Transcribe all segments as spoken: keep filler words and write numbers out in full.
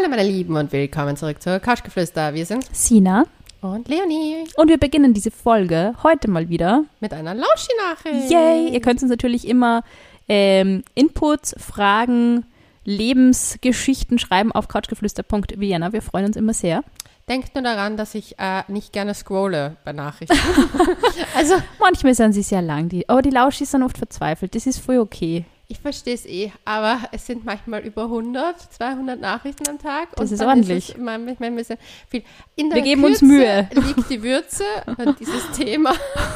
Hallo meine Lieben und willkommen zurück zur Couchgeflüster. Wir sind Sina und Leonie. Und wir beginnen diese Folge heute mal wieder mit einer Lauschi-Nachricht. Yay! Ihr könnt uns natürlich immer ähm, Inputs, Fragen, Lebensgeschichten schreiben auf couchgeflüster punkt vienna. Wir freuen uns immer sehr. Denkt nur daran, dass ich äh, nicht gerne scrolle bei Nachrichten. also manchmal sind sie sehr lang, die, aber die Lauschis sind oft verzweifelt. Das ist voll okay. Ich verstehe es eh, aber es sind manchmal über hundert, zweihundert Nachrichten am Tag. Das und ist ordentlich. Ist es manchmal ein bisschen viel. In der Wir geben Kürze uns Mühe. Liegt die Würze und dieses Thema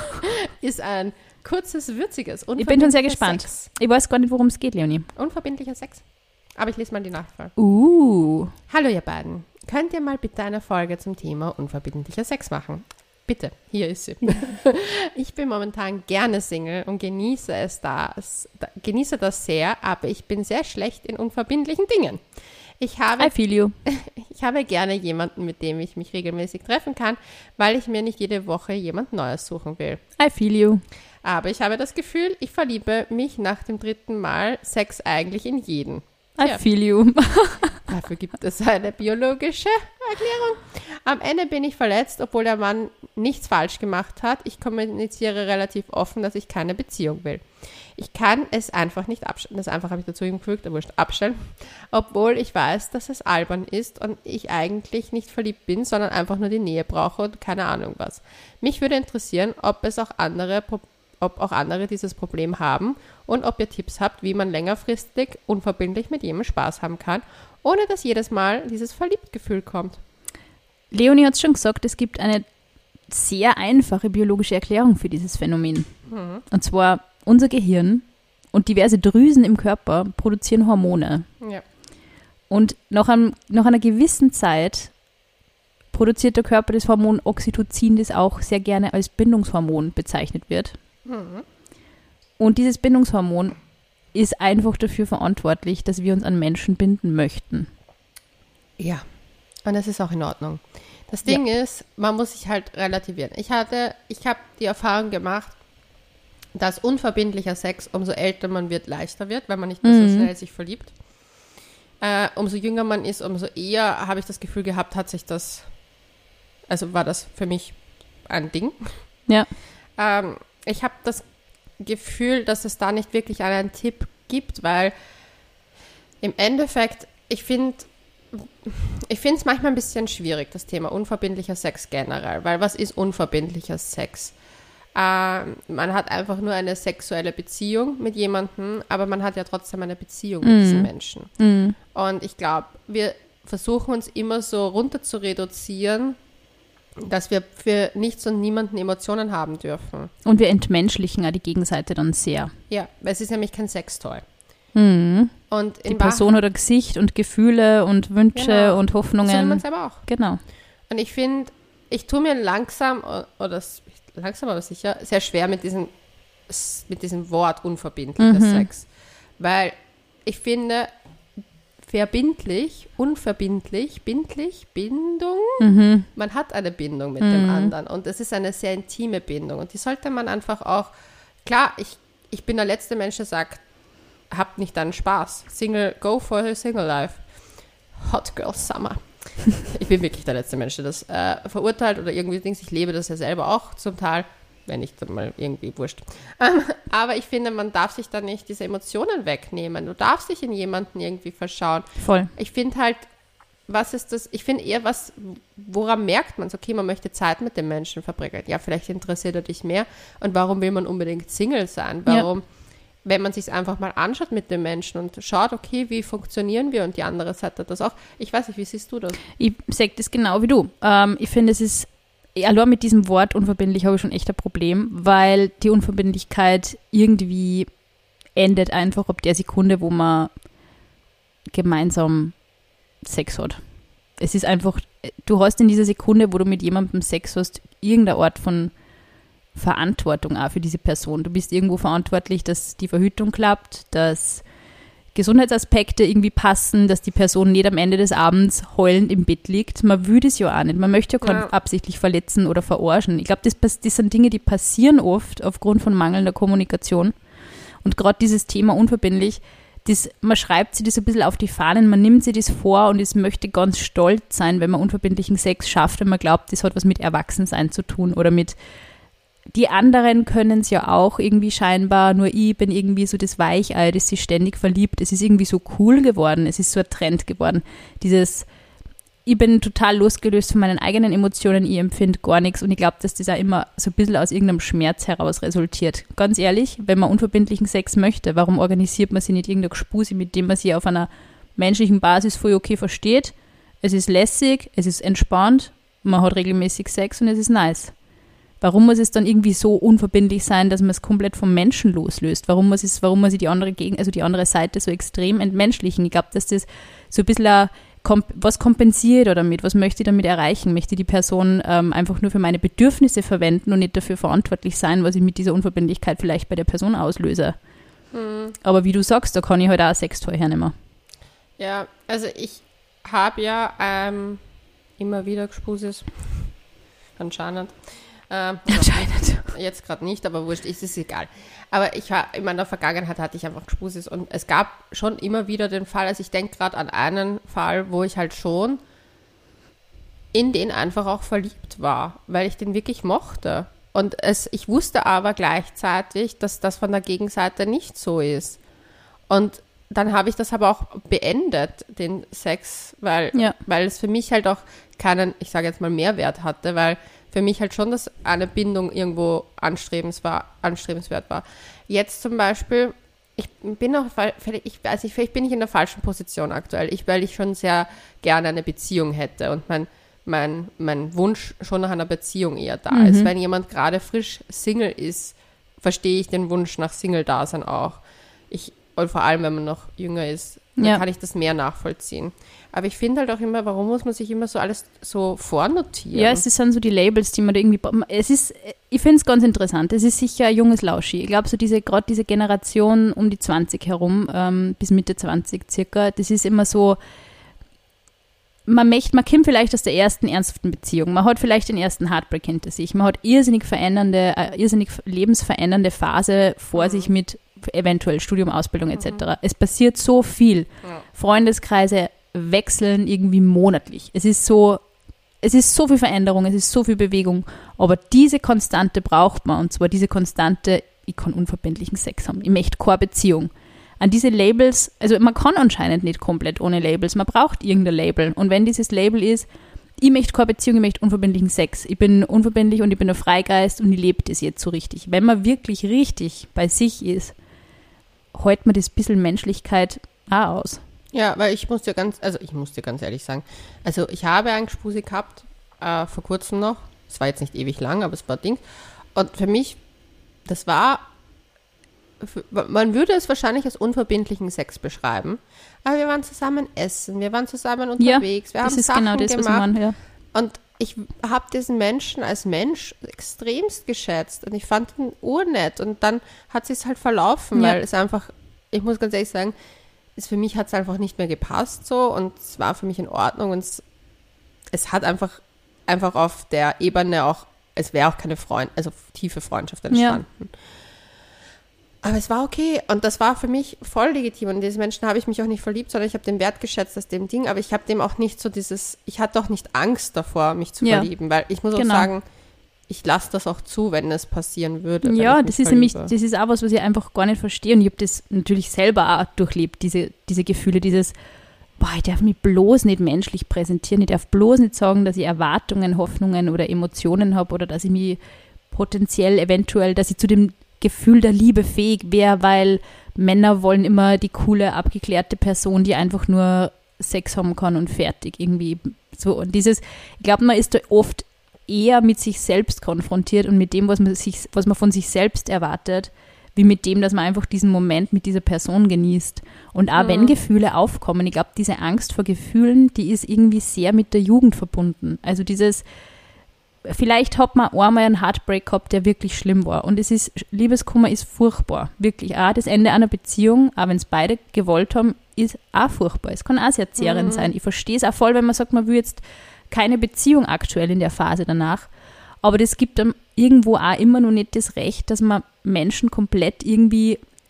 ist ein kurzes, würziges, Ich bin schon sehr gespannt. Sex. Ich weiß gar nicht, worum es geht, Leonie. Unverbindlicher Sex. Aber ich lese mal die Nachfrage. Uh. Hallo ihr beiden. Könnt ihr mal bitte eine Folge zum Thema unverbindlicher Sex machen? Bitte, hier ist sie. Ich bin momentan gerne Single und genieße es das, genieße das sehr, aber ich bin sehr schlecht in unverbindlichen Dingen. Ich habe, I feel you. ich habe gerne jemanden, mit dem ich mich regelmäßig treffen kann, weil ich mir nicht jede Woche jemand Neues suchen will. I feel you. Aber ich habe das Gefühl, ich verliebe mich nach dem dritten Mal Sex eigentlich in jeden. I ja. feel you. Dafür gibt es eine biologische Erklärung. Am Ende bin ich verletzt, obwohl der Mann nichts falsch gemacht hat. Ich kommuniziere relativ offen, dass ich keine Beziehung will. Ich kann es einfach nicht abstellen. Das einfach habe ich dazu hingefügt, aber wurscht, abstellen. Obwohl ich weiß, dass es albern ist und ich eigentlich nicht verliebt bin, sondern einfach nur die Nähe brauche und keine Ahnung was. Mich würde interessieren, ob es auch andere Probleme ob auch andere dieses Problem haben und ob ihr Tipps habt, wie man längerfristig unverbindlich mit jemandem Spaß haben kann, ohne dass jedes Mal dieses Verliebtgefühl kommt. Leonie hat es schon gesagt, es gibt eine sehr einfache biologische Erklärung für dieses Phänomen. Mhm. Und zwar unser Gehirn und diverse Drüsen im Körper produzieren Hormone. Ja. Und nach, einem, nach einer gewissen Zeit produziert der Körper das Hormon Oxytocin, das auch sehr gerne als Bindungshormon bezeichnet wird. Mhm. Und dieses Bindungshormon ist einfach dafür verantwortlich, dass wir uns an Menschen binden möchten. Ja, und das ist auch in Ordnung. Das Ding ja. ist, man muss sich halt relativieren. Ich hatte, ich habe die Erfahrung gemacht, dass unverbindlicher Sex, umso älter man wird, leichter wird, weil man nicht mehr mhm. so schnell sich verliebt. Äh, umso jünger man ist, umso eher, habe ich das Gefühl gehabt, hat sich das, also war das für mich ein Ding. Ja. Ähm, ich habe das Gefühl, dass es da nicht wirklich einen Tipp gibt, weil im Endeffekt, ich finde ich finde es manchmal ein bisschen schwierig, das Thema unverbindlicher Sex generell, weil was ist unverbindlicher Sex? Ähm, man hat einfach nur eine sexuelle Beziehung mit jemandem, aber man hat ja trotzdem eine Beziehung mit mm. diesen Menschen. Mm. Und ich glaube, wir versuchen uns immer so runter zu reduzieren, dass wir für nichts und niemanden Emotionen haben dürfen. Und wir entmenschlichen auch die Gegenseite dann sehr. Ja, weil es ist nämlich kein Sextoy. Mhm. Und in die Person oder Gesicht und Gefühle und Wünsche genau. und Hoffnungen. So wie man selber auch. Genau. Und ich finde, ich tue mir langsam, oder langsam aber sicher, sehr schwer mit diesem, mit diesem Wort unverbindlicher mhm. Sex. Weil ich finde, verbindlich, unverbindlich, bindlich, Bindung. Mhm. Man hat eine Bindung mit mhm. dem anderen und es ist eine sehr intime Bindung und die sollte man einfach auch, klar, ich, ich bin der letzte Mensch, der sagt, habt nicht deinen Spaß. Single, go for your single life. Hot Girl Summer. Ich bin wirklich der letzte Mensch, der das äh, verurteilt oder irgendwie denkt, ich lebe das ja selber auch zum Teil, wenn nicht dann mal irgendwie wurscht. Ähm, aber ich finde, man darf sich da nicht diese Emotionen wegnehmen. Du darfst dich in jemanden irgendwie verschauen. Voll. Ich finde halt, was ist das, ich finde eher was, woran merkt man es? Okay, man möchte Zeit mit dem Menschen verbringen. Ja, vielleicht interessiert er dich mehr. Und warum will man unbedingt Single sein? Warum, ja. wenn man sich es einfach mal anschaut mit dem Menschen und schaut, okay, wie funktionieren wir? Und die andere Seite das auch. Ich weiß nicht, wie siehst du das? Ich sage das genau wie du. Ähm, ich finde, es ist allein mit diesem Wort unverbindlich habe ich schon echt ein Problem, weil die Unverbindlichkeit irgendwie endet einfach ab der Sekunde, wo man gemeinsam Sex hat. Es ist einfach, du hast in dieser Sekunde, wo du mit jemandem Sex hast, irgendeine Art von Verantwortung auch für diese Person. Du bist irgendwo verantwortlich, dass die Verhütung klappt, dass Gesundheitsaspekte irgendwie passen, dass die Person nicht am Ende des Abends heulend im Bett liegt. Man will das ja auch nicht. Man möchte ja keinen ja. absichtlich verletzen oder verarschen. Ich glaube, das, das sind Dinge, die passieren oft aufgrund von mangelnder Kommunikation. Und gerade dieses Thema unverbindlich, das, man schreibt sich das ein bisschen auf die Fahnen, man nimmt sich das vor und es möchte ganz stolz sein, wenn man unverbindlichen Sex schafft, wenn man glaubt, das hat was mit Erwachsensein zu tun oder mit, die anderen können es ja auch irgendwie scheinbar, nur ich bin irgendwie so das Weichei, das sich ständig verliebt. Es ist irgendwie so cool geworden, es ist so ein Trend geworden. Dieses, ich bin total losgelöst von meinen eigenen Emotionen, ich empfinde gar nichts und ich glaube, dass das auch immer so ein bisschen aus irgendeinem Schmerz heraus resultiert. Ganz ehrlich, wenn man unverbindlichen Sex möchte, warum organisiert man sich nicht irgendeine Gspusi, mit dem man sich auf einer menschlichen Basis voll okay versteht? Es ist lässig, es ist entspannt, man hat regelmäßig Sex und es ist nice. Warum muss es dann irgendwie so unverbindlich sein, dass man es komplett vom Menschen loslöst? Warum muss es, warum muss ich die andere Gegen, also die andere Seite so extrem entmenschlichen? Ich glaube, dass das so ein bisschen ein, was kompensiert oder damit, was möchte ich damit erreichen? Möchte ich die Person ähm, einfach nur für meine Bedürfnisse verwenden und nicht dafür verantwortlich sein, was ich mit dieser Unverbindlichkeit vielleicht bei der Person auslöse? Hm. Aber wie du sagst, da kann ich halt auch ein Sextoy hernehmen. Ja, also ich habe ja ähm, immer wieder Gspusis, anscheinend. Ähm, Anscheinend. Jetzt gerade nicht, aber wurscht, ist es egal. Aber ich war, in meiner Vergangenheit hatte ich einfach Gspusis und es gab schon immer wieder den Fall, also ich denke gerade an einen Fall, wo ich halt schon in den einfach auch verliebt war, weil ich den wirklich mochte. Und es, ich wusste aber gleichzeitig, dass das von der Gegenseite nicht so ist. Und dann habe ich das aber auch beendet, den Sex, weil, ja. weil es für mich halt auch keinen, ich sage jetzt mal, Mehrwert hatte, weil für mich halt schon, dass eine Bindung irgendwo anstrebenswert war. Jetzt zum Beispiel, ich bin auch, ich weiß nicht, vielleicht bin ich in der falschen Position aktuell, ich, weil ich schon sehr gerne eine Beziehung hätte und mein, mein, mein Wunsch schon nach einer Beziehung eher da mhm. ist. Wenn jemand gerade frisch Single ist, verstehe ich den Wunsch nach Single-Dasein auch. Ich, und vor allem, wenn man noch jünger ist, dann ja. kann ich das mehr nachvollziehen. Aber ich finde halt auch immer, warum muss man sich immer so alles so vornotieren? Ja, es sind so die Labels, die man da irgendwie, es ist, ich finde es ganz interessant, es ist sicher ein junges Lauschi. Ich glaube, so diese, gerade diese Generation um die zwanzig herum, ähm, bis Mitte zwanzig circa, das ist immer so, man möchte, man kommt vielleicht aus der ersten ernsthaften Beziehung, man hat vielleicht den ersten Heartbreak hinter sich, man hat irrsinnig verändernde, äh, irrsinnig lebensverändernde Phase vor mhm. sich mit eventuell Studium, Ausbildung et cetera. Mhm. Es passiert so viel. Ja. Freundeskreise wechseln irgendwie monatlich. Es ist so, es ist so viel Veränderung, es ist so viel Bewegung, aber diese Konstante braucht man und zwar diese Konstante, ich kann unverbindlichen Sex haben, ich möchte keine Beziehung. An diese Labels, also man kann anscheinend nicht komplett ohne Labels, man braucht irgendein Label und wenn dieses Label ist, ich möchte keine Beziehung, ich möchte unverbindlichen Sex, ich bin unverbindlich und ich bin ein Freigeist und ich lebe das jetzt so richtig. Wenn man wirklich richtig bei sich ist, hält man das bisschen Menschlichkeit auch aus. Ja, weil ich muss dir ganz, also ich muss dir ganz ehrlich sagen, also ich habe einen Gspusi gehabt, äh, vor kurzem noch, es war jetzt nicht ewig lang, aber es war ein Ding und für mich, das war, man würde es wahrscheinlich als unverbindlichen Sex beschreiben, aber wir waren zusammen essen, wir waren zusammen unterwegs, ja, wir haben Sachen genau das, gemacht was ich meine, ja. Und ich habe diesen Menschen als Mensch extremst geschätzt und ich fand ihn urnett und dann hat es sich halt verlaufen, ja. weil es einfach, ich muss ganz ehrlich sagen, es, für mich hat es einfach nicht mehr gepasst so und es war für mich in Ordnung und es, es hat einfach, einfach auf der Ebene auch, es wäre auch keine Freund, also tiefe Freundschaft entstanden. Ja. Aber es war okay und das war für mich voll legitim und in diesen Menschen habe ich mich auch nicht verliebt, sondern ich habe den Wert geschätzt aus dem Ding, aber ich habe dem auch nicht so dieses, ich hatte auch nicht Angst davor, mich zu ja. verlieben, weil ich muss genau. auch sagen, ich lasse das auch zu, wenn es passieren würde. Ja, das ist nämlich, das ist auch was, was ich einfach gar nicht verstehe und ich habe das natürlich selber auch durchlebt, diese, diese Gefühle, dieses, boah, ich darf mich bloß nicht menschlich präsentieren, ich darf bloß nicht sagen, dass ich Erwartungen, Hoffnungen oder Emotionen habe oder dass ich mich potenziell eventuell, dass ich zu dem Gefühl der Liebe fähig wäre, weil Männer wollen immer die coole, abgeklärte Person, die einfach nur Sex haben kann und fertig irgendwie so. Und dieses, ich glaube, man ist da oft eher mit sich selbst konfrontiert und mit dem, was man sich, was man von sich selbst erwartet, wie mit dem, dass man einfach diesen Moment mit dieser Person genießt. Und auch mhm. wenn Gefühle aufkommen, ich glaube, diese Angst vor Gefühlen, die ist irgendwie sehr mit der Jugend verbunden. Also dieses, vielleicht hat man einmal einen Heartbreak gehabt, der wirklich schlimm war. Und es ist, Liebeskummer ist furchtbar. Wirklich. Auch das Ende einer Beziehung, auch wenn es beide gewollt haben, ist auch furchtbar. Es kann auch sehr zehrend mhm. sein. Ich verstehe es auch voll, wenn man sagt, man will jetzt keine Beziehung aktuell in der Phase danach. Aber das gibt dann irgendwo auch immer noch nicht das Recht, dass man Menschen komplett irgendwie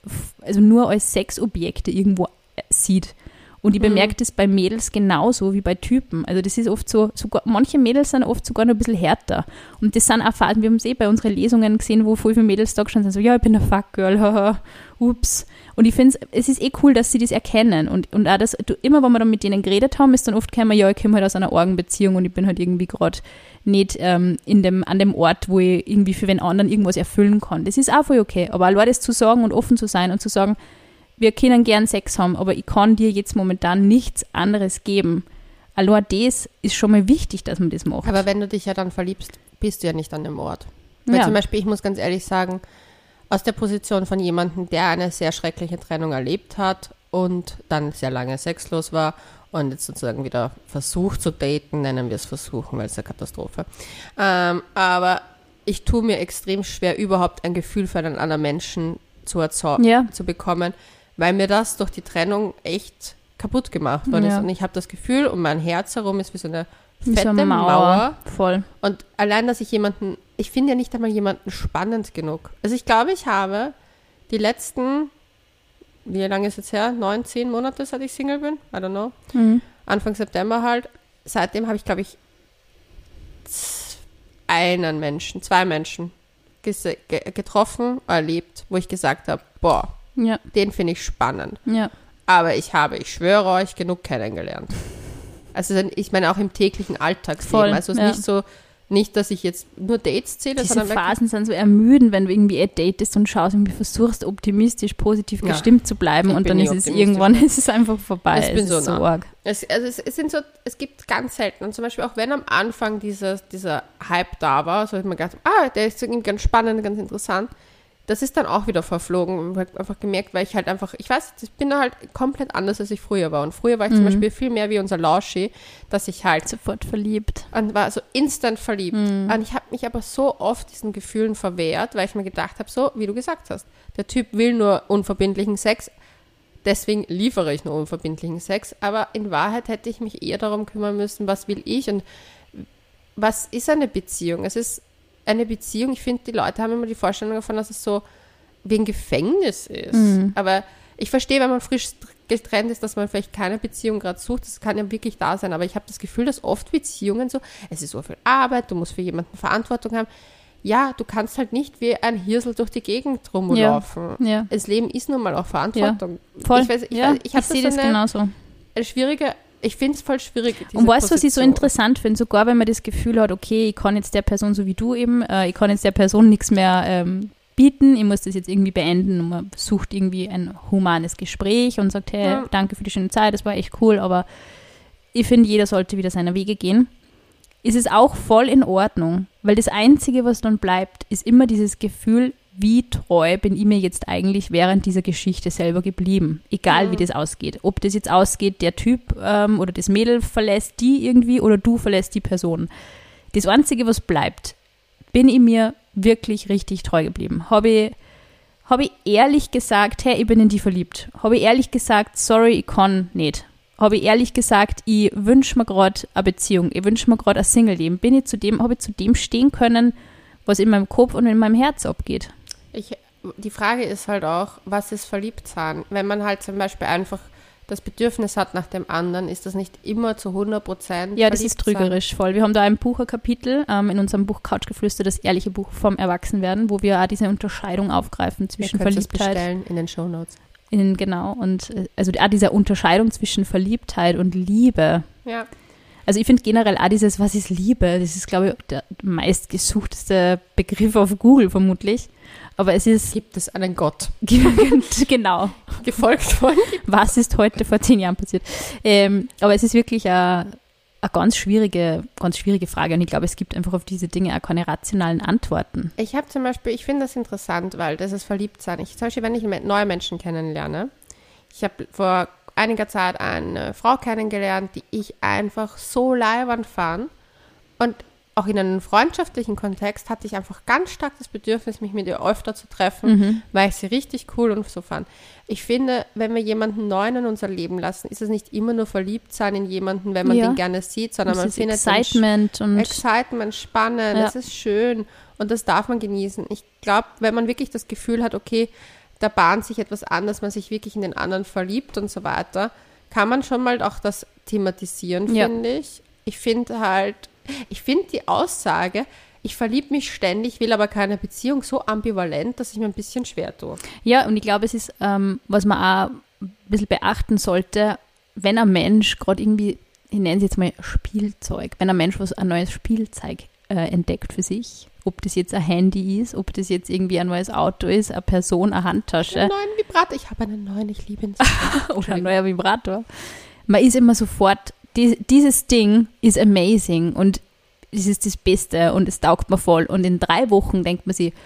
also nur als Sexobjekte irgendwo sieht. Und ich bemerke mhm. das bei Mädels genauso wie bei Typen. Also das ist oft so, sogar, manche Mädels sind oft sogar noch ein bisschen härter. Und das sind auch Phasen, wir haben es eh bei unseren Lesungen gesehen, wo voll viele Mädels da gestanden sind, so, ja, ich bin ein Fuckgirl, haha, ups. Und ich finde, es ist eh cool, dass sie das erkennen. Und, und auch das, du, immer wenn wir dann mit denen geredet haben, ist dann oft gekommen, ja, ich komme halt aus einer Orgenbeziehung und ich bin halt irgendwie gerade nicht ähm, in dem, an dem Ort, wo ich irgendwie für wen anderen irgendwas erfüllen kann. Das ist auch voll okay. Aber allein das zu sagen und offen zu sein und zu sagen, wir können gern Sex haben, aber ich kann dir jetzt momentan nichts anderes geben. Allein das ist schon mal wichtig, dass man das macht. Aber wenn du dich ja dann verliebst, bist du ja nicht an dem Ort. Weil ja. zum Beispiel, ich muss ganz ehrlich sagen, aus der Position von jemandem, der eine sehr schreckliche Trennung erlebt hat und dann sehr lange sexlos war und jetzt sozusagen wieder versucht zu daten, nennen wir es versuchen, weil es eine Katastrophe. Ähm, aber ich tue mir extrem schwer, überhaupt ein Gefühl für einen anderen Menschen zu, erzau- ja. zu bekommen, weil mir das durch die Trennung echt kaputt gemacht worden ja. ist. Und ich habe das Gefühl, um mein Herz herum ist wie so eine wie fette so eine Mauer. Mauer. Voll. Und allein, dass ich jemanden, ich finde ja nicht einmal jemanden spannend genug. Also ich glaube, ich habe die letzten, wie lange ist es her? Neun, zehn Monate, seit ich Single bin? I don't know. Mhm. Anfang September halt. Seitdem habe ich, glaube ich, einen Menschen, zwei Menschen ges- ge- getroffen, erlebt, wo ich gesagt habe, boah, ja. den finde ich spannend. Ja. Aber ich habe, ich schwöre euch, genug kennengelernt. Also ich meine auch im täglichen Alltagsleben. Voll, also es ist ja. nicht so, nicht, dass ich jetzt nur Dates zähle, Diese sondern Phasen sind so ermüdend, wenn du irgendwie eh datest und schaust, irgendwie versuchst, optimistisch, positiv ja. gestimmt zu bleiben und dann ist es irgendwann ist es einfach vorbei. Ich bin es so, ist so nah. arg. Es, also es, es, sind so, es gibt ganz selten, und zum Beispiel auch wenn am Anfang dieser, dieser Hype da war, so habe ich mir gedacht, ah, der ist irgendwie ganz spannend, ganz interessant, das ist dann auch wieder verflogen und ich habe einfach gemerkt, weil ich halt einfach, ich weiß, ich bin da halt komplett anders, als ich früher war. Und früher war ich mhm. zum Beispiel viel mehr wie unser Lauschi, dass ich halt sofort verliebt und war so instant verliebt. Mhm. Und ich habe mich aber so oft diesen Gefühlen verwehrt, weil ich mir gedacht habe, so wie du gesagt hast, der Typ will nur unverbindlichen Sex, deswegen liefere ich nur unverbindlichen Sex. Aber in Wahrheit hätte ich mich eher darum kümmern müssen, was will ich und was ist eine Beziehung? Es ist eine Beziehung, ich finde, die Leute haben immer die Vorstellung davon, dass es so wie ein Gefängnis ist. Mhm. Aber ich verstehe, wenn man frisch getrennt ist, dass man vielleicht keine Beziehung gerade sucht. Das kann ja wirklich da sein. Aber ich habe das Gefühl, dass oft Beziehungen so, es ist so viel Arbeit, du musst für jemanden Verantwortung haben. Ja, du kannst halt nicht wie ein Hirsel durch die Gegend rumlaufen. Ja. Ja. Das Leben ist nun mal auch Verantwortung. Ja. Voll. Ich, weiß, ich, ja. ich, ich, ich sehe das, so das genauso. Eine schwierige Ich finde es voll schwierig. Und weißt du, was ich so interessant finde? Sogar wenn man das Gefühl hat, okay, ich kann jetzt der Person, so wie du eben, äh, ich kann jetzt der Person nichts mehr ähm, bieten, ich muss das jetzt irgendwie beenden und man sucht irgendwie ein humanes Gespräch und sagt, hey, ja. danke für die schöne Zeit, das war echt cool, aber ich finde, jeder sollte wieder seine Wege gehen. Ist es auch voll in Ordnung, weil das Einzige, was dann bleibt, ist immer dieses Gefühl, wie treu bin ich mir jetzt eigentlich während dieser Geschichte selber geblieben, egal ja. wie das ausgeht. Ob das jetzt ausgeht, der Typ ähm, oder das Mädel verlässt die irgendwie oder du verlässt die Person. Das Einzige, was bleibt, bin ich mir wirklich richtig treu geblieben. Habe ich, hab ich ehrlich gesagt, hey, ich bin in die verliebt. Habe ich ehrlich gesagt, sorry, ich kann nicht. Habe ich ehrlich gesagt, ich wünsche mir gerade eine Beziehung, ich wünsche mir gerade ein Single-Leben. Bin ich zu dem, habe ich zu dem stehen können, was in meinem Kopf und in meinem Herz abgeht. Ich, die Frage ist halt auch, was ist Verliebtsein? Wenn man halt zum Beispiel einfach das Bedürfnis hat nach dem anderen, ist das nicht immer zu hundert Prozent Ja, das ist trügerisch voll. Wir haben da ein Bucherkapitel ähm, in unserem Buch Couchgeflüster, das ehrliche Buch vom Erwachsenwerden, wo wir auch diese Unterscheidung aufgreifen zwischen Ihr könnt Verliebtheit. Es bestellen in den Shownotes. In, genau, und also auch diese Unterscheidung zwischen Verliebtheit und Liebe. Ja. Also ich finde generell auch dieses, was ist Liebe? Das ist, glaube ich, der meistgesuchteste Begriff auf Google vermutlich. Aber es ist... Gibt es einen Gott? Genau. Gefolgt von... Was ist heute vor zehn Jahren passiert? Ähm, aber es ist wirklich eine, eine ganz schwierige, ganz schwierige Frage. Und ich glaube, es gibt einfach auf diese Dinge auch keine rationalen Antworten. Ich habe zum Beispiel, ich finde das interessant, weil das ist Verliebtsein. Ich, zum Beispiel, wenn ich neue Menschen kennenlerne, ich habe vor einiger Zeit eine Frau kennengelernt, die ich einfach so leiwand fand. Und auch in einem freundschaftlichen Kontext hatte ich einfach ganz stark das Bedürfnis, mich mit ihr öfter zu treffen, mhm. weil ich sie richtig cool und so fand. Ich finde, wenn wir jemanden Neuen in unser Leben lassen, ist es nicht immer nur verliebt sein in jemanden, wenn man ja. den gerne sieht, sondern man findet Excitement den und Excitement spannend, ja. das ist schön und das darf man genießen. Ich glaube, wenn man wirklich das Gefühl hat, okay, da bahnt sich etwas an, dass man sich wirklich in den anderen verliebt und so weiter, kann man schon mal auch das thematisieren, Ja. finde ich. Ich finde halt, ich finde die Aussage, ich verliebe mich ständig, will aber keine Beziehung, so ambivalent, dass ich mir ein bisschen schwer tue. Ja, und ich glaube, es ist, ähm, was man auch ein bisschen beachten sollte, wenn ein Mensch gerade irgendwie, ich nenne es jetzt mal Spielzeug, wenn ein Mensch was ein neues Spielzeug äh, entdeckt für sich, ob das jetzt ein Handy ist, ob das jetzt irgendwie ein neues Auto ist, eine Person, eine Handtasche. Einen neuen Vibrator, ich habe einen neuen, ich liebe ihn. Oder ein neuer Vibrator. Man ist immer sofort, die, dieses Ding ist amazing und es ist das Beste und es taugt mir voll. Und in drei Wochen denkt man sich,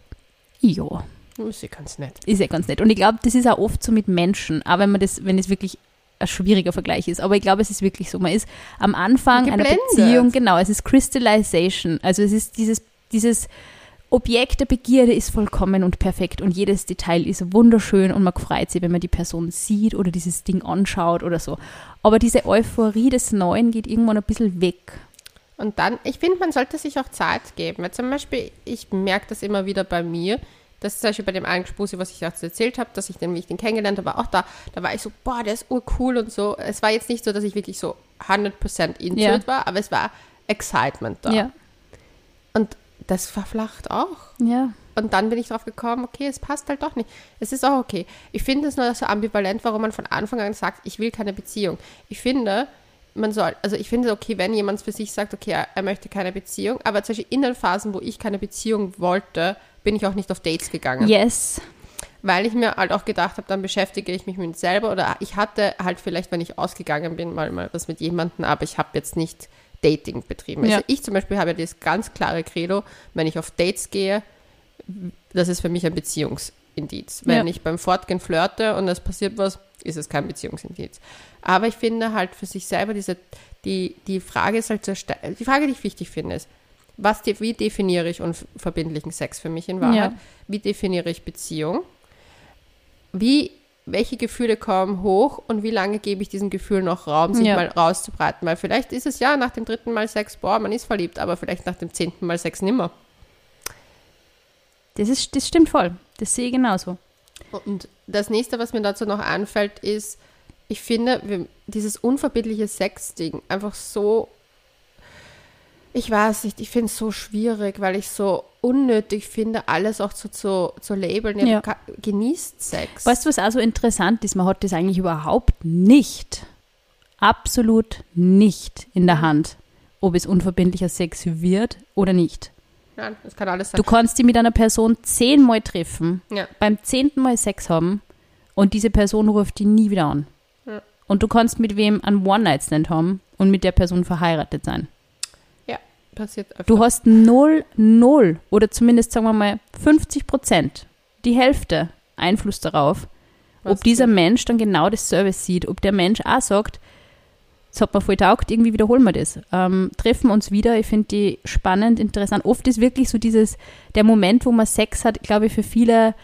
ja, Ist ja ganz nett. ist ja ganz nett. Und ich glaube, das ist auch oft so mit Menschen, auch wenn man das, wenn es wirklich ein schwieriger Vergleich ist. Aber ich glaube, es ist wirklich so. Man ist am Anfang einer Geblendet. Beziehung, genau, es ist Crystallization. Also es ist dieses, dieses Objekt der Begierde ist vollkommen und perfekt und jedes Detail ist wunderschön und man freut sich, wenn man die Person sieht oder dieses Ding anschaut oder so. Aber diese Euphorie des Neuen geht irgendwann ein bisschen weg. Und dann, ich finde, man sollte sich auch Zeit geben. Weil zum Beispiel, ich merke das immer wieder bei mir, dass zum Beispiel bei dem einen Spusi, was ich jetzt erzählt habe, dass ich den, wie ich den kennengelernt habe, auch da, da war ich so, boah, der ist urcool und so. Es war jetzt nicht so, dass ich wirklich so hundert Prozent into Ja. it war, aber es war Excitement da. Ja. Und das verflacht auch. Ja. Und dann bin ich drauf gekommen, okay, es passt halt doch nicht. Es ist auch okay. Ich finde es nur so ambivalent, warum man von Anfang an sagt, ich will keine Beziehung. Ich finde, man soll, also ich finde es okay, wenn jemand für sich sagt, okay, er, er möchte keine Beziehung, aber zum Beispiel in den Phasen, wo ich keine Beziehung wollte, bin ich auch nicht auf Dates gegangen. Yes. Weil ich mir halt auch gedacht habe, dann beschäftige ich mich mit mir selber oder ich hatte halt vielleicht, wenn ich ausgegangen bin, mal, mal was mit jemandem, aber ich habe jetzt nicht Dating betrieben. Ja. Also ich zum Beispiel habe ja das ganz klare Credo, wenn ich auf Dates gehe, das ist für mich ein Beziehungsindiz. Wenn Ja. ich beim Fortgehen flirte und es passiert was, ist es kein Beziehungsindiz. Aber ich finde halt für sich selber diese, die, die Frage ist halt so, ste- die Frage, die ich wichtig finde, ist, was, de- wie definiere ich unverbindlichen Sex für mich in Wahrheit? Ja. Wie definiere ich Beziehung? Wie, welche Gefühle kommen hoch und wie lange gebe ich diesem Gefühl noch Raum, sich Ja. mal rauszubreiten? Weil vielleicht ist es ja nach dem dritten Mal Sex, boah, man ist verliebt, aber vielleicht nach dem zehnten Mal Sex nimmer. Das, ist, das stimmt voll. Das sehe ich genauso. Und das nächste, was mir dazu noch einfällt, ist, ich finde, wir, dieses unverbindliche Sex-Ding einfach so, ich weiß nicht, ich finde es so schwierig, weil ich so unnötig finde, alles auch so zu, zu labeln. Ja, Ja. ka- Genießt Sex. Weißt du, was auch so interessant ist? Man hat das eigentlich überhaupt nicht, absolut nicht in der Hand, ob es unverbindlicher Sex wird oder nicht. Nein, das kann alles sein. Du kannst dich mit einer Person zehnmal treffen, Ja. beim zehnten Mal Sex haben und diese Person ruft dich nie wieder an. Ja. Und du kannst mit wem einen One-Night-Stand haben und mit der Person verheiratet sein. Ja, passiert öfter. Du hast null, null oder zumindest sagen wir mal fünfzig Prozent, die Hälfte Einfluss darauf, Was ob dieser du- Mensch dann genau das Service sieht, ob der Mensch auch sagt, das hat mir voll taugt, irgendwie wiederholen wir das. Ähm, treffen uns wieder, ich finde die spannend, interessant. Oft ist wirklich so dieses, der Moment, wo man Sex hat, glaube ich, für viele,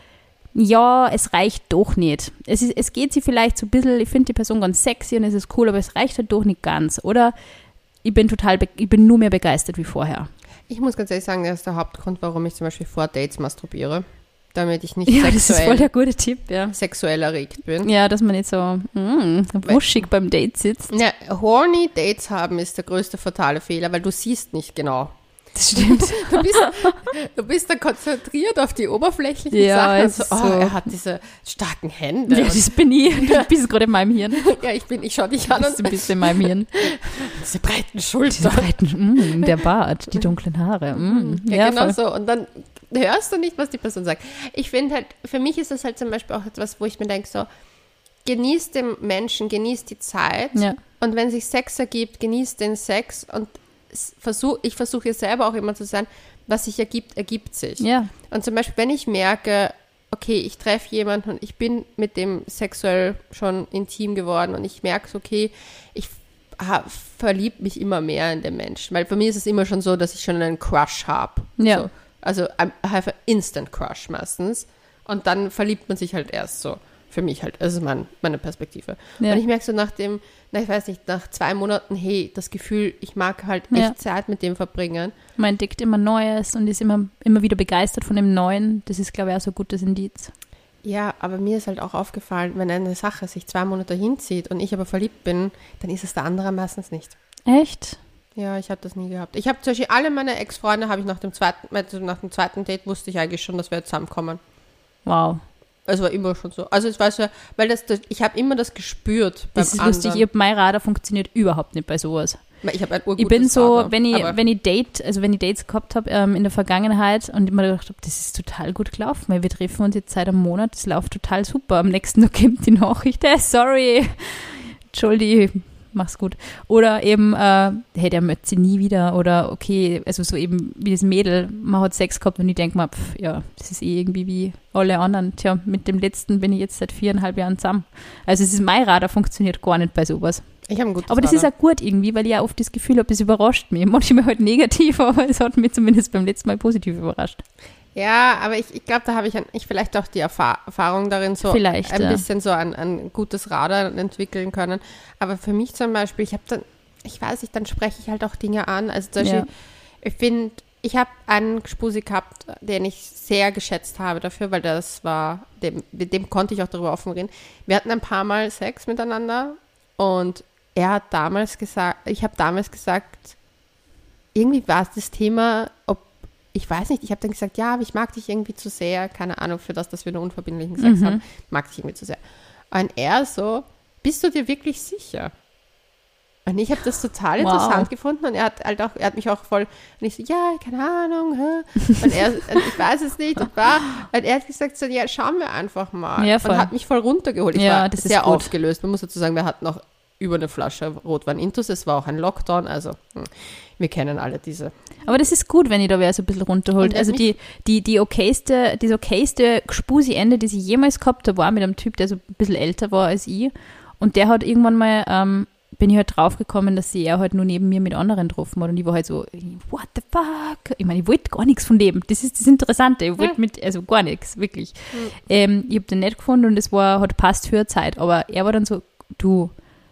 ja, es reicht doch nicht. Es, ist, es geht sie vielleicht so ein bisschen, ich finde die Person ganz sexy und es ist cool, aber es reicht halt doch nicht ganz. Oder ich bin total, be- ich bin nur mehr begeistert wie vorher. Ich muss ganz ehrlich sagen, das ist der Hauptgrund, warum ich zum Beispiel vor Dates masturbiere. Damit ich nicht Ja, das ist voll sexuell, der gute Tipp, ja. sexuell erregt bin. Ja, dass man nicht so mm, wuschig beim Date sitzt. Ja, horny Dates haben ist der größte fatale Fehler, weil du siehst nicht genau. Das stimmt. Du bist, du bist da konzentriert auf die oberflächlichen Ja, Sachen. es Also, ist oh, so. er hat diese starken Hände. Ja, und, das bin ich. Du bist gerade in meinem Hirn. ja, ich bin, ich schau dich an Das ist und ein bisschen in meinem Hirn. diese breiten Diese Schultern. breiten, mm, der Bart, die dunklen Haare. Mm. Ja, Ja, genau voll. so. Und dann hörst du nicht, was die Person sagt. Ich finde halt, für mich ist das halt zum Beispiel auch etwas, wo ich mir denke, so, genießt den Menschen, genießt die Zeit. Ja. Und wenn sich Sex ergibt, genießt den Sex. Und s- versuch, ich versuche ja selber auch immer zu sein, was sich ergibt, ergibt sich. Ja. Und zum Beispiel, wenn ich merke, okay, ich treffe jemanden und ich bin mit dem sexuell schon intim geworden und ich merke, so, okay, ich ha- verlieb mich immer mehr in den Menschen. Weil bei mir ist es immer schon so, dass ich schon einen Crush habe. Ja. So. Also I have an instant Crush meistens. Und dann verliebt man sich halt erst so. Für mich halt. Das ist mein, meine Perspektive. Ja. Und ich merke so nach dem, na, ich weiß nicht, nach zwei Monaten, hey, das Gefühl, ich mag halt echt Ja. Zeit mit dem verbringen. Man entdeckt immer Neues und ist immer, immer wieder begeistert von dem Neuen. Das ist, glaube ich, auch so ein gutes Indiz. Ja, aber mir ist halt auch aufgefallen, wenn eine Sache sich zwei Monate hinzieht und ich aber verliebt bin, dann ist es der andere meistens nicht. Echt? Ja, ich habe das nie gehabt. Ich habe zum Beispiel alle meine Ex-Freunde, habe ich nach dem zweiten, also nach dem zweiten Date wusste ich eigentlich schon, dass wir jetzt zusammenkommen. Wow. Es war immer schon so. Also es war so, weil das, das ich habe immer das gespürt beim Das ist anderen. lustig, ich hab, mein Radar funktioniert überhaupt nicht bei sowas. Ich habe ein urgutes Ich bin so, Radar, wenn ich, aber- wenn ich Date, also wenn ich Dates gehabt habe ähm, in der Vergangenheit und immer gedacht habe, das ist total gut gelaufen, weil wir treffen uns jetzt seit einem Monat, das läuft total super. Am nächsten Tag kommt die Nachricht, hey, sorry, Entschuldigung, mach's gut. Oder eben, äh, hey, der möchte sie nie wieder. Oder okay, also so eben wie das Mädel, man hat Sex gehabt und ich denke mir, pff, ja, das ist eh irgendwie wie alle anderen. Tja, mit dem letzten bin ich jetzt seit viereinhalb Jahren zusammen. Also es ist mein Radar, funktioniert gar nicht bei sowas. Ich habe ein gutes Aber das Radar. ist auch gut irgendwie, weil ich auch oft das Gefühl habe, es überrascht mich. Manchmal halt negativ, aber es hat mich zumindest beim letzten Mal positiv überrascht. Ja, aber ich, ich glaube, da habe ich, ein, ich vielleicht auch die Erfa- Erfahrung darin, so Vielleicht, ein ja. bisschen so ein, ein gutes Radar entwickeln können. Aber für mich zum Beispiel, ich habe dann, ich weiß nicht, dann spreche ich halt auch Dinge an. Also zum Beispiel, Ja. ich finde, ich habe einen Spusi gehabt, den ich sehr geschätzt habe dafür, weil das war, dem, mit dem konnte ich auch darüber offen reden. Wir hatten ein paar Mal Sex miteinander und er hat damals gesagt, ich habe damals gesagt, irgendwie war es das Thema, ob ich weiß nicht, ich habe dann gesagt, ja, aber ich mag dich irgendwie zu sehr, keine Ahnung, für das, dass wir nur unverbindlichen Sex Mhm. haben, mag dich irgendwie zu sehr. Und er so, bist du dir wirklich sicher? Und ich habe das total Wow. interessant gefunden und er hat halt auch, er hat mich auch voll, und ich so, ja, keine Ahnung, hä? Und er, und ich weiß es nicht, und war, und er hat gesagt so, ja, schauen wir einfach mal. Ja, voll. Und hat mich voll runtergeholt. Ich Ja, war das ist sehr gut. aufgelöst. Man muss dazu sagen, wir hatten noch über eine Flasche Rotwein intus, es war auch ein Lockdown, also hm, wir kennen alle diese. Aber das ist gut, wenn ihr da wer so ein bisschen runterholt. Und er Also hat die, die, die okayste, das okayste Gspusi-Ende, das ich jemals gehabt habe, war mit einem Typ, der so ein bisschen älter war als ich. Und der hat irgendwann mal, ähm, bin ich halt draufgekommen, dass sie er halt nur neben mir mit anderen getroffen hat. Und ich war halt so, what the fuck? Ich meine, ich wollte gar nichts von dem. Das ist das Interessante. Ich wollte Hm. mit, also gar nichts, wirklich. Ähm, ich habe den nicht gefunden und es war, hat passt für eine Zeit. Aber er war dann so, du,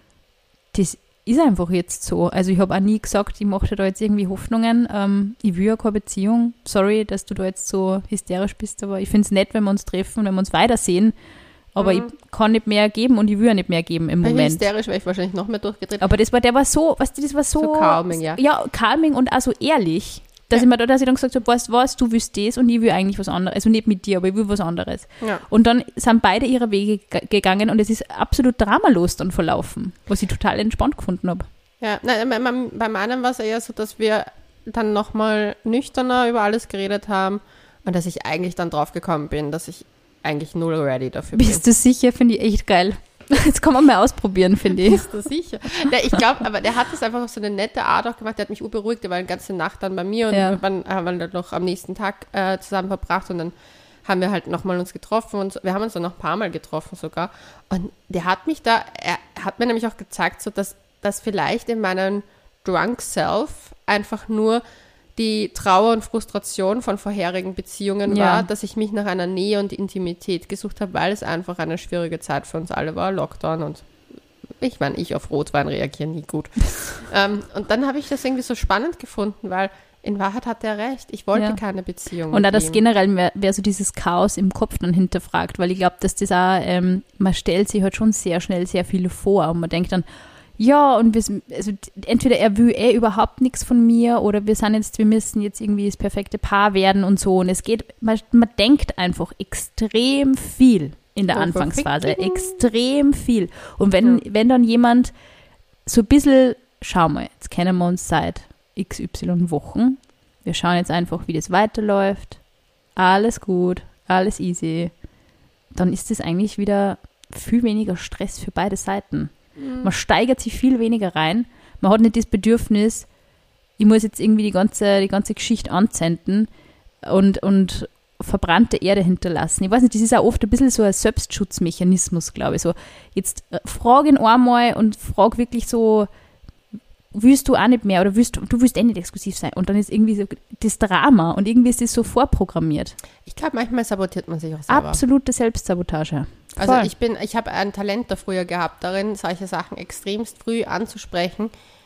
das ist einfach jetzt so. Also ich habe auch nie gesagt, ich mache dir da jetzt irgendwie Hoffnungen. Ähm, ich will ja keine Beziehung. Sorry, dass du da jetzt so hysterisch bist, aber ich finde es nett, wenn wir uns treffen, wenn wir uns weitersehen. Aber Mhm. ich kann nicht mehr geben und ich will ja nicht mehr geben im Bei Moment. hysterisch wäre ich wahrscheinlich noch mehr durchgedreht. Aber das war, der war so, weißt du, das war so, So calming, ja. Ja, calming und auch so ehrlich, dass Ja. ich mir da, dass ich dann gesagt habe, weißt du was, du willst das und ich will eigentlich was anderes. Also nicht mit dir, aber ich will was anderes. Ja. Und dann sind beide ihre Wege ge- gegangen und es ist absolut dramalos dann verlaufen, was ich total entspannt gefunden habe. Ja, nein, bei, meinem- bei meinem war es eher so, dass wir dann nochmal nüchterner über alles geredet haben und dass ich eigentlich dann draufgekommen bin, dass ich eigentlich null ready dafür bin. Bist du sicher? Finde ich echt geil. Jetzt kann man mal ausprobieren, finde ich. Bist du sicher? Ja, ich glaube, aber der hat das einfach auf so eine nette Art auch gemacht. Der hat mich urberuhigt. Der war eine ganze Nacht dann bei mir und Ja. dann haben wir dann noch am nächsten Tag äh, zusammen verbracht und dann haben wir halt nochmal uns getroffen und so. Wir haben uns dann noch ein paar Mal getroffen sogar. Und der hat mich da, er hat mir nämlich auch gezeigt, so dass das vielleicht in meinem Drunk Self einfach nur die Trauer und Frustration von vorherigen Beziehungen Ja. war, dass ich mich nach einer Nähe und Intimität gesucht habe, weil es einfach eine schwierige Zeit für uns alle war, Lockdown und ich meine, ich auf Rotwein reagiere nie gut. ähm, und dann habe ich das irgendwie so spannend gefunden, weil in Wahrheit hat er recht, ich wollte Ja. keine Beziehung Und auch mit das ihm. generell, wer, wer so dieses Chaos im Kopf dann hinterfragt, weil ich glaube, dass das auch, ähm, man stellt sich halt schon sehr schnell sehr viel vor und man denkt dann, ja, und wir, sind- also entweder er will eh überhaupt nichts von mir oder wir sind jetzt, wir müssen jetzt irgendwie das perfekte Paar werden und so. Und es geht, man, man denkt einfach extrem viel in der Oh, Anfangsphase, verfickt. extrem viel. Und wenn, wenn dann jemand so ein bisschen, schau mal, jetzt kennen wir uns seit x y Wochen, wir schauen jetzt einfach, wie das weiterläuft, alles gut, alles easy, dann ist das eigentlich wieder viel weniger Stress für beide Seiten. Man steigert sich viel weniger rein. Man hat nicht das Bedürfnis, ich muss jetzt irgendwie die ganze, die ganze Geschichte anzünden und, und verbrannte Erde hinterlassen. Ich weiß nicht, das ist auch oft ein bisschen so ein Selbstschutzmechanismus, glaube ich. So, jetzt äh, frag ihn einmal und frag wirklich so, willst du auch nicht mehr oder willst du, du willst eh nicht exklusiv sein. Und dann ist irgendwie so das Drama und irgendwie ist das so vorprogrammiert. Ich glaube, manchmal sabotiert man sich auch selber. Absolute Selbstsabotage. Also Voll. ich bin, ich habe ein Talent da früher gehabt, darin solche Sachen extremst früh anzusprechen.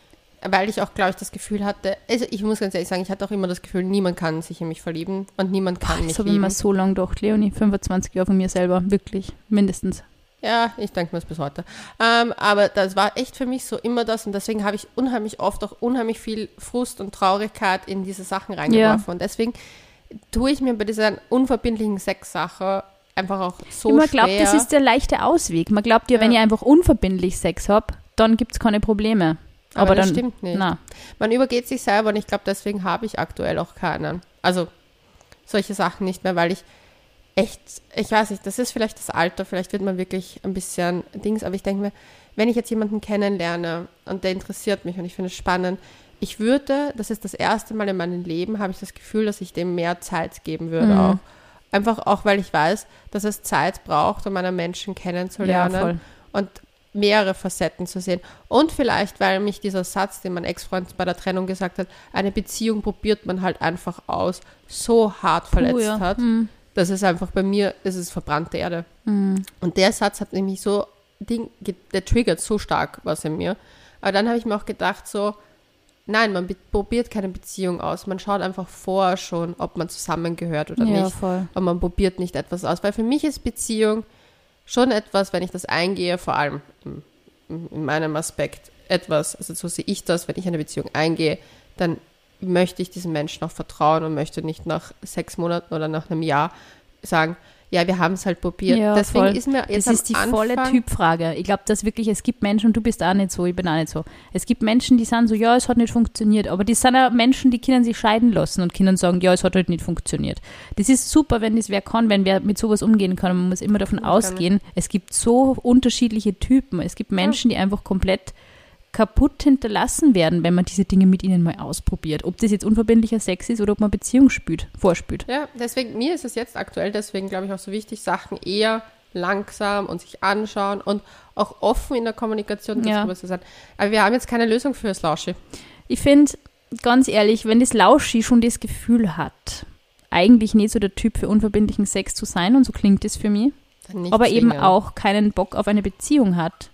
weil ich auch, glaube ich, das Gefühl hatte, also ich muss ganz ehrlich sagen, ich hatte auch immer das Gefühl, niemand kann sich in mich verlieben und niemand kann Boah, mich das habe lieben. ich mir so lange gedacht, Leonie, fünfundzwanzig Jahre von mir selber, wirklich, mindestens. Ja, ich denke mir das bis heute. Ähm, aber das war echt für mich so immer das und deswegen habe ich unheimlich oft auch unheimlich viel Frust und Traurigkeit in diese Sachen reingeworfen. Ja. Und deswegen tue ich mir bei dieser unverbindlichen Sexsache einfach auch so Man schwer. glaubt, das ist der leichte Ausweg. Man glaubt ja, ja. wenn ich einfach unverbindlich Sex habe, dann gibt es keine Probleme. Aber, Aber das dann, stimmt nicht. Na. Man übergeht sich selber und ich glaube, deswegen habe ich aktuell auch keinen. Also solche Sachen nicht mehr, weil ich echt, ich weiß nicht, das ist vielleicht das Alter, vielleicht wird man wirklich ein bisschen Dings, aber ich denke mir, wenn ich jetzt jemanden kennenlerne und der interessiert mich und ich finde es spannend, ich würde, das ist das erste Mal in meinem Leben, habe ich das Gefühl, dass ich dem mehr Zeit geben würde mhm. auch. Einfach auch, weil ich weiß, dass es Zeit braucht, um einen Menschen kennenzulernen ja, voll. und mehrere Facetten zu sehen. Und vielleicht, weil mich dieser Satz, den mein Ex-Freund bei der Trennung gesagt hat, eine Beziehung probiert man halt einfach aus, so hart Puh, verletzt ja. hat, mhm. das ist einfach bei mir, es ist verbrannte Erde. Mhm. Und der Satz hat nämlich so, Ding, der triggert so stark was in mir. Aber dann habe ich mir auch gedacht so, nein, man be- probiert keine Beziehung aus. Man schaut einfach vorher schon, ob man zusammengehört oder ja, nicht. Voll. Und man probiert nicht etwas aus. Weil für mich ist Beziehung schon etwas, wenn ich das eingehe, vor allem in, in meinem Aspekt, etwas, also so sehe ich das, wenn ich eine Beziehung eingehe, dann möchte ich diesem Menschen auch vertrauen und möchte nicht nach sechs Monaten oder nach einem Jahr sagen, ja, wir haben es halt probiert. Ja, Deswegen voll. ist mir jetzt Das ist die am volle Anfang, Typfrage. Ich glaube, dass wirklich, es gibt Menschen, und du bist auch nicht so, ich bin auch nicht so. Es gibt Menschen, die sagen so, ja, es hat nicht funktioniert. Aber die sind auch Menschen, die können sich scheiden lassen und können sagen, ja, es hat halt nicht funktioniert. Das ist super, wenn das wer kann, wenn wer mit sowas umgehen kann. Und man muss immer davon Ich ausgehen, es gibt so unterschiedliche Typen. Es gibt Menschen, die einfach komplett kaputt hinterlassen werden, wenn man diese Dinge mit ihnen mal ausprobiert. Ob das jetzt unverbindlicher Sex ist oder ob man Beziehung spürt, vorspürt. Ja, deswegen, mir ist es jetzt aktuell, deswegen glaube ich auch so wichtig, Sachen eher langsam und sich anschauen und auch offen in der Kommunikation Ja. darüber zu sein. Aber wir haben jetzt keine Lösung für das Lauschi. Ich finde, ganz ehrlich, wenn das Lauschi schon das Gefühl hat, eigentlich nicht so der Typ für unverbindlichen Sex zu sein, und so klingt es für mich, Dann nicht aber zwingen. eben auch keinen Bock auf eine Beziehung hat,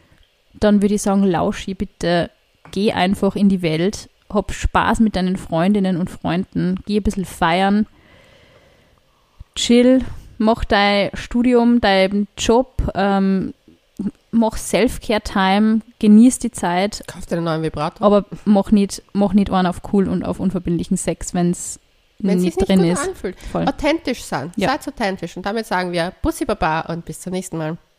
dann würde ich sagen, Lauschi, bitte geh einfach in die Welt, hab Spaß mit deinen Freundinnen und Freunden, geh ein bisschen feiern, chill, mach dein Studium, deinen Job, ähm, mach Self-Care-Time, genieß die Zeit, Kauf dir einen neuen Vibrator. aber mach nicht, mach nicht einen auf cool und auf unverbindlichen Sex, wenn es Wenn es nicht sich nicht drin gut ist. anfühlt. Voll. Authentisch sein. Ja. Seid authentisch. Und damit sagen wir Bussi Baba und bis zum nächsten Mal.